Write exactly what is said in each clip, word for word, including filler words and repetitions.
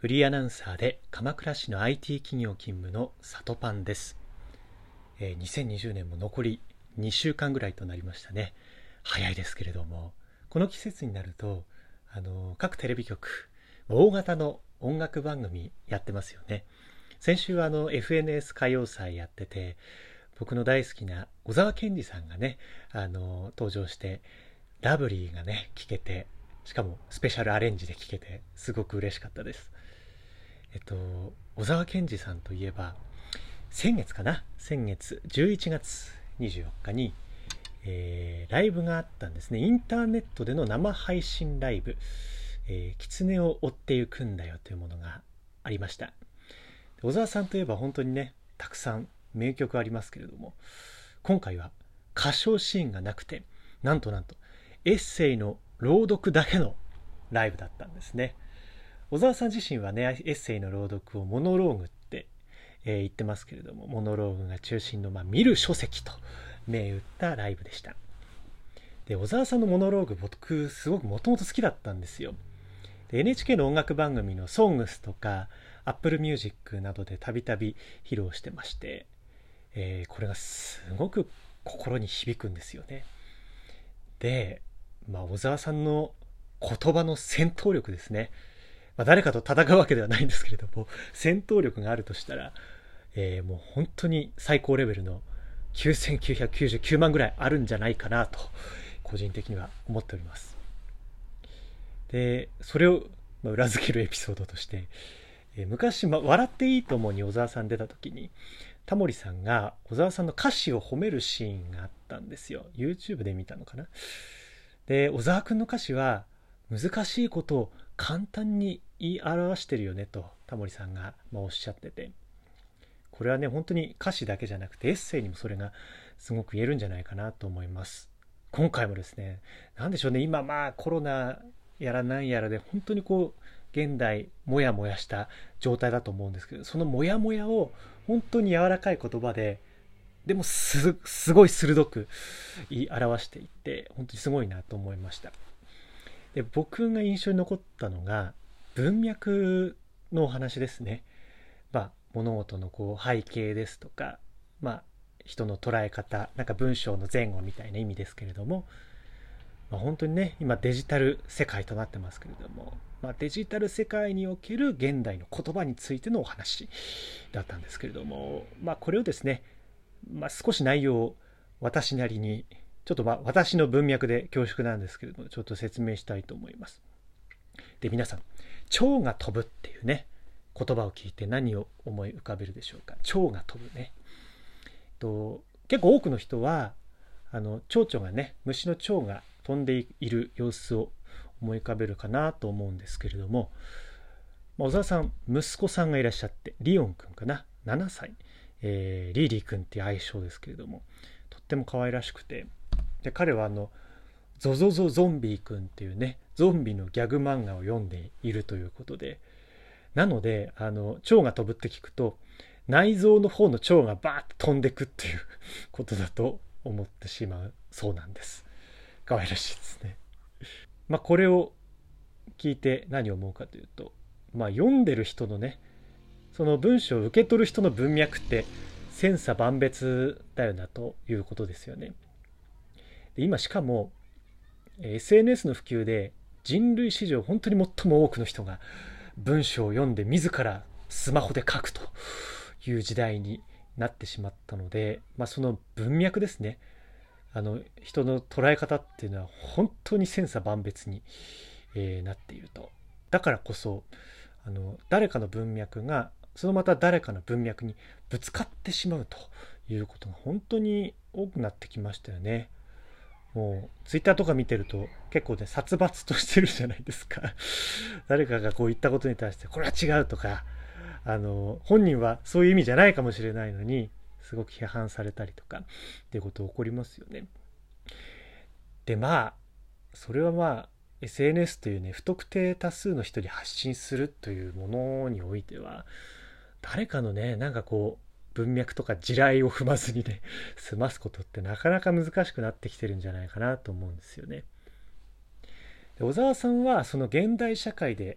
フリーアナウンサーで鎌倉市の アイティー 企業勤務のさとパンです。えー、にせんにじゅうねんも残りにしゅうかんぐらいとなりましたね。早いですけれども、この季節になるとあの各テレビ局大型の音楽番組やってますよね。先週はあの エフエヌエス 歌謡祭やってて、僕の大好きな小沢健二さんがねあの登場して、ラブリーがね聴けて、しかもスペシャルアレンジで聴けてすごく嬉しかったです。えっと小沢健二さんといえば、先月かな先月じゅういちがつにじゅうよっかに、えーライブがあったんですね。インターネットでの生配信ライブ、えー、狐を追ってゆくんだよというものがありました。小沢さんといえば本当にね、たくさん名曲ありますけれども、今回は歌唱シーンがなくて、なんとなんとエッセイの朗読だけのライブだったんですね。小沢さん自身はね、エッセイの朗読をモノローグって、えー言ってますけれども、モノローグが中心の、まあ、見る書籍と銘打ったライブでした。で、小沢さんのモノローグ、僕すごくもともと好きだったんですよ。で エヌエイチケー の音楽番組のソングスとか Apple Music などでたびたび披露してまして、えーこれがすごく心に響くんですよね。で、まあ、小沢さんの言葉の戦闘力ですね。まあ、誰かと戦うわけではないんですけれども、戦闘力があるとしたら、えーもう本当に最高レベルのきゅうせんきゅうひゃくきゅうじゅうきゅうまんぐらいあるんじゃないかなと個人的には思っております。でそれをまあ裏付けるエピソードとして、えー昔、ま笑っていいともに小沢さん出た時に、タモリさんが小沢さんの歌詞を褒めるシーンがあったんですよ。 YouTube で見たのかな。で小沢君の歌詞は難しいことを簡単に言い表してるよねとタモリさんがまあおっしゃってて、これはね本当に歌詞だけじゃなくてエッセイにもそれがすごく言えるんじゃないかなと思います。今回もですね、なんでしょうね、今まあコロナやらなんやらで本当にこう現代もやもやした状態だと思うんですけど、そのもやもやを本当に柔らかい言葉で、でもすすごい鋭く言い表していて、本当にすごいなと思いました。で僕が印象に残ったのが文脈のお話ですね。まあ、物事のこう背景ですとか、まあ、人の捉え方、なんか文章の前後みたいな意味ですけれども、まあ、本当にね今デジタル世界となってますけれども、まあ、デジタル世界における現代の言葉についてのお話だったんですけれども、まあ、これをですね、まあ、少し内容を私なりにちょっとまあ私の文脈で恐縮なんですけれどもちょっと説明したいと思います。で皆さん、蝶が飛ぶっていうね言葉を聞いて何を思い浮かべるでしょうか。蝶が飛ぶね、と結構多くの人はあの蝶々がね、虫の蝶が飛んでいる様子を思い浮かべるかなと思うんですけれども、まあ小沢さん息子さんがいらっしゃって、リオンくんかな、ななさい、えーリーリーくんっていう愛称ですけれども、とっても可愛らしくて、で彼はあのゾゾゾゾンビーくんっていうねゾンビのギャグ漫画を読んでいるということで、なのであの蝶が飛ぶって聞くと内臓の方の蝶がバーッと飛んでくっていうことだと思ってしまうそうなんです。可愛らしいですね。まあこれを聞いて何を思うかというと、まあ読んでる人のね、その文章を受け取る人の文脈って千差万別だよなということですよね。で今しかも エスエヌエス の普及で人類史上本当に最も多くの人が文章を読んで自らスマホで書くという時代になってしまったので、まあ、その文脈ですね、あの人の捉え方っていうのは本当に千差万別に、えーなっていると。だからこそあの誰かの文脈がそのまた誰かの文脈にぶつかってしまうということが本当に多くなってきましたよね。もうツイッターとか見てると結構ね殺伐としてるじゃないですか。誰かがこう言ったことに対してこれは違うとか、あの本人はそういう意味じゃないかもしれないのにすごく批判されたりとかっていうこと起こりますよね。でまあそれはまあ エスエヌエス というね不特定多数の人に発信するというものにおいては、誰かのねなんかこう文脈とか地雷を踏まずにね済ますことってなかなか難しくなってきてるんじゃないかなと思うんですよね。で小沢さんはその現代社会で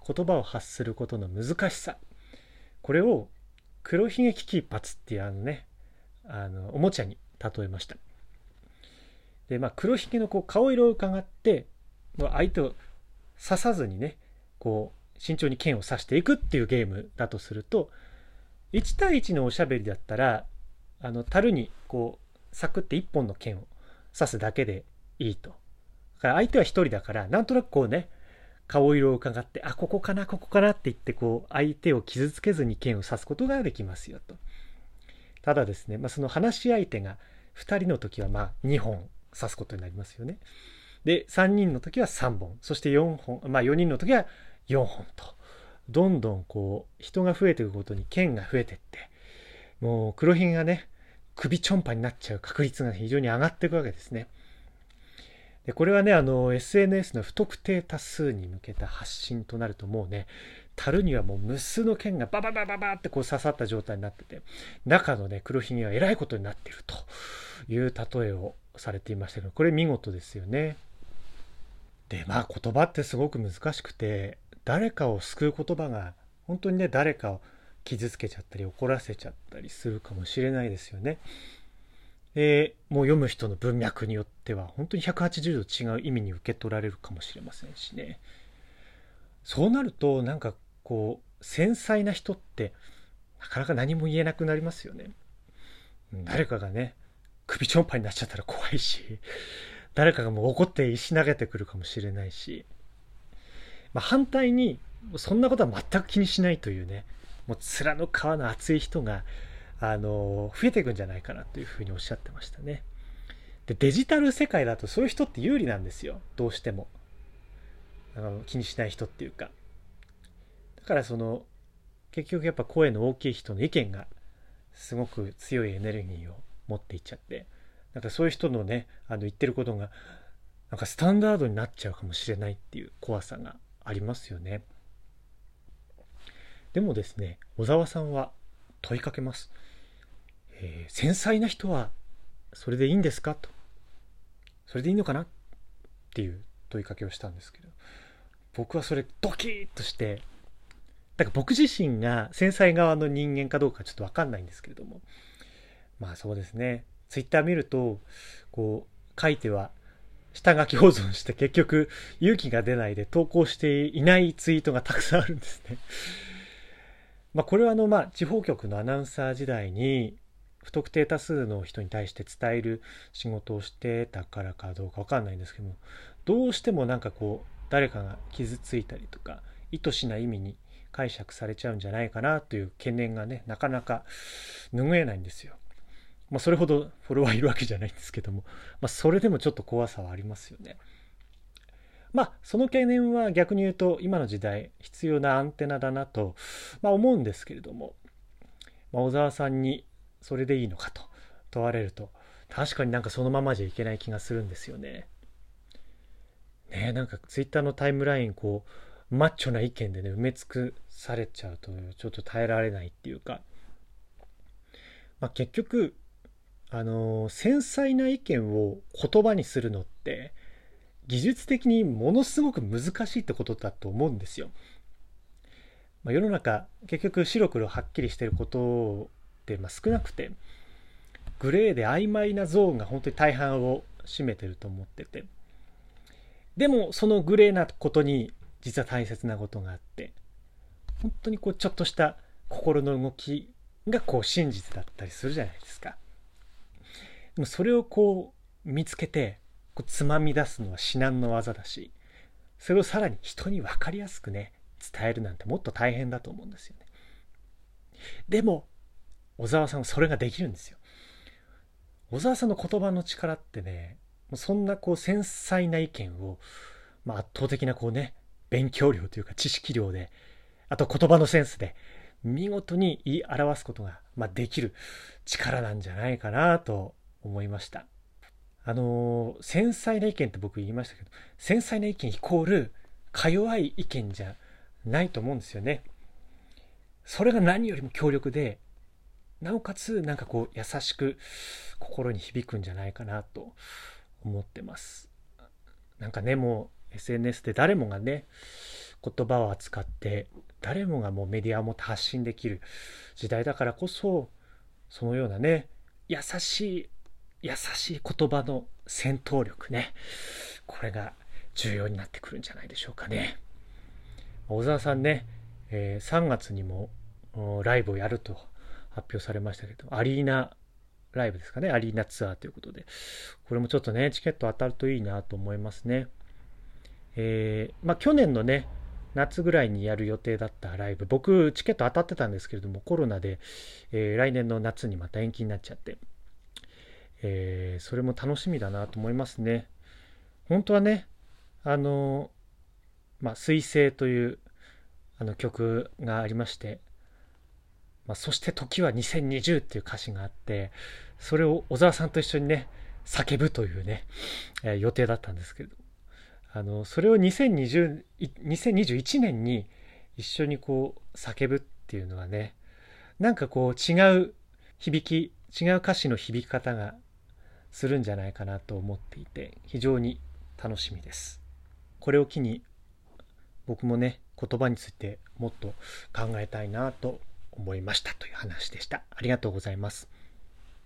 言葉を発することの難しさ、これを黒ひげ危機一髪っていうあのね、あのおもちゃに例えました。で、まあ、黒ひげのこう顔色を伺って相手を刺さずにね、こう慎重に剣を刺していくっていうゲームだとすると、いち対いちのおしゃべりだったら、あの樽にこうサクっていっぽんの剣を刺すだけでいいと。だから相手はひとりだから、なんとなくこうね、顔色を伺って、あ、ここかなここかなって言って、こう相手を傷つけずに剣を刺すことができますよと。ただですね、まあ、その話し相手がふたりの時はまあにほん刺すことになりますよね。でさんにんの時はさんぼん、そしてよんほん、まあよにんの時はよんほんと、どんどんこう人が増えていくごとに剣が増えていって、もう黒ひげがね、首ちょんぱになっちゃう確率が非常に上がっていくわけですね。でこれはね、あの エスエヌエス の不特定多数に向けた発信となると、もうね、樽にはもう無数の剣がバババババってこう刺さった状態になってて、中のね黒ひげはえらいことになっているという例えをされていましたけど、これ見事ですよね。でまあ言葉ってすごく難しくて、誰かを救う言葉が本当にね、誰かを傷つけちゃったり怒らせちゃったりするかもしれないですよね。でもう読む人の文脈によっては本当にひゃくはちじゅうど違う意味に受け取られるかもしれませんしね。そうなるとなんかこう繊細な人ってなかなか何も言えなくなりますよね。誰かがね首ちょんぱいになっちゃったら怖いし、誰かがもう怒って石投げてくるかもしれないし、まあ、反対にそんなことは全く気にしないというね、もう面の皮の厚い人があの増えていくんじゃないかなというふうにおっしゃってましたね。でデジタル世界だとそういう人って有利なんですよ、どうしても。あの気にしない人っていうか、だからその結局やっぱ声の大きい人の意見がすごく強いエネルギーを持っていっちゃって、なんかそういう人のね、あの言ってることがなんかスタンダードになっちゃうかもしれないっていう怖さがありますよね。でもですね、小沢さんは問いかけます。えー、繊細な人はそれでいいんですかと、それでいいのかなっていう問いかけをしたんですけど、僕はそれドキッとして、だから僕自身が繊細側の人間かどうかちょっと分かんないんですけれども、まあそうですね、ツイッター見るとこう書いては下書き保存して結局勇気が出ないで投稿していないツイートがたくさんあるんですね。まあこれはあのまあ地方局のアナウンサー時代に不特定多数の人に対して伝える仕事をしてたからかどうか分かんないんですけども、どうしてもなんかこう誰かが傷ついたりとか意図しない意味に解釈されちゃうんじゃないかなという懸念がね、なかなか拭えないんですよ。まあ、それほどフォロワーいるわけじゃないんですけども、まあ、それでもちょっと怖さはありますよね。まあその懸念は逆に言うと今の時代必要なアンテナだなと、まあ、思うんですけれども、まあ、小沢さんにそれでいいのかと問われると、確かになんかそのままじゃいけない気がするんですよね。ねえ、なんかツイッターのタイムラインこうマッチョな意見でね埋め尽くされちゃうとちょっと耐えられないっていうか、まあ、結局あの繊細な意見を言葉にするのって技術的にものすごく難しいってことだと思うんですよ。まあ、世の中結局白黒はっきりしてることってまあ少なくて、グレーで曖昧なゾーンが本当に大半を占めてると思ってて、でもそのグレーなことに実は大切なことがあって、本当にこうちょっとした心の動きがこう真実だったりするじゃないですか。でもそれをこう見つけてこうつまみ出すのは至難の業だし、それをさらに人に分かりやすくね伝えるなんてもっと大変だと思うんですよね。でも小沢さんはそれができるんですよ。小沢さんの言葉の力ってね、そんなこう繊細な意見を、まあ、圧倒的なこうね勉強量というか知識量で、あと言葉のセンスで見事に言い表すことが、まあ、できる力なんじゃないかなと思いました。あのー、繊細な意見って僕言いましたけど、繊細な意見イコールか弱い意見じゃないと思うんですよね。それが何よりも強力で、なおかつなんかこう優しく心に響くんじゃないかなと思ってます。なんかね、もう エスエヌエス で誰もがね言葉を扱って誰もがもうメディアをもって発信できる時代だからこそ、そのようなね、優しい優しい言葉の戦闘力ね、これが重要になってくるんじゃないでしょうかね。小沢さんね、えー、さんがつにもライブをやると発表されましたけど、アリーナライブですかね、アリーナツアーということで、これもちょっとねチケット当たるといいなと思いますね。えー、まあ去年のね夏ぐらいにやる予定だったライブ、僕チケット当たってたんですけれども、コロナで、えー、来年の夏にまた延期になっちゃって、えー、それも楽しみだなと思いますね。本当はね、あのまあ彗星というあの曲がありまして、まあ、そして時はにせんにじゅうっていう歌詞があって、それを小沢さんと一緒にね叫ぶというね、えー予定だったんですけれど、あのそれをにせんにじゅういにせんにじゅういちねんに一緒にこう叫ぶっていうのはね、なんかこう違う響き、違う歌詞の響き方がするんじゃないかなと思っていて、非常に楽しみです。これを機に僕もね言葉についてもっと考えたいなと思いましたという話でした。ありがとうございます。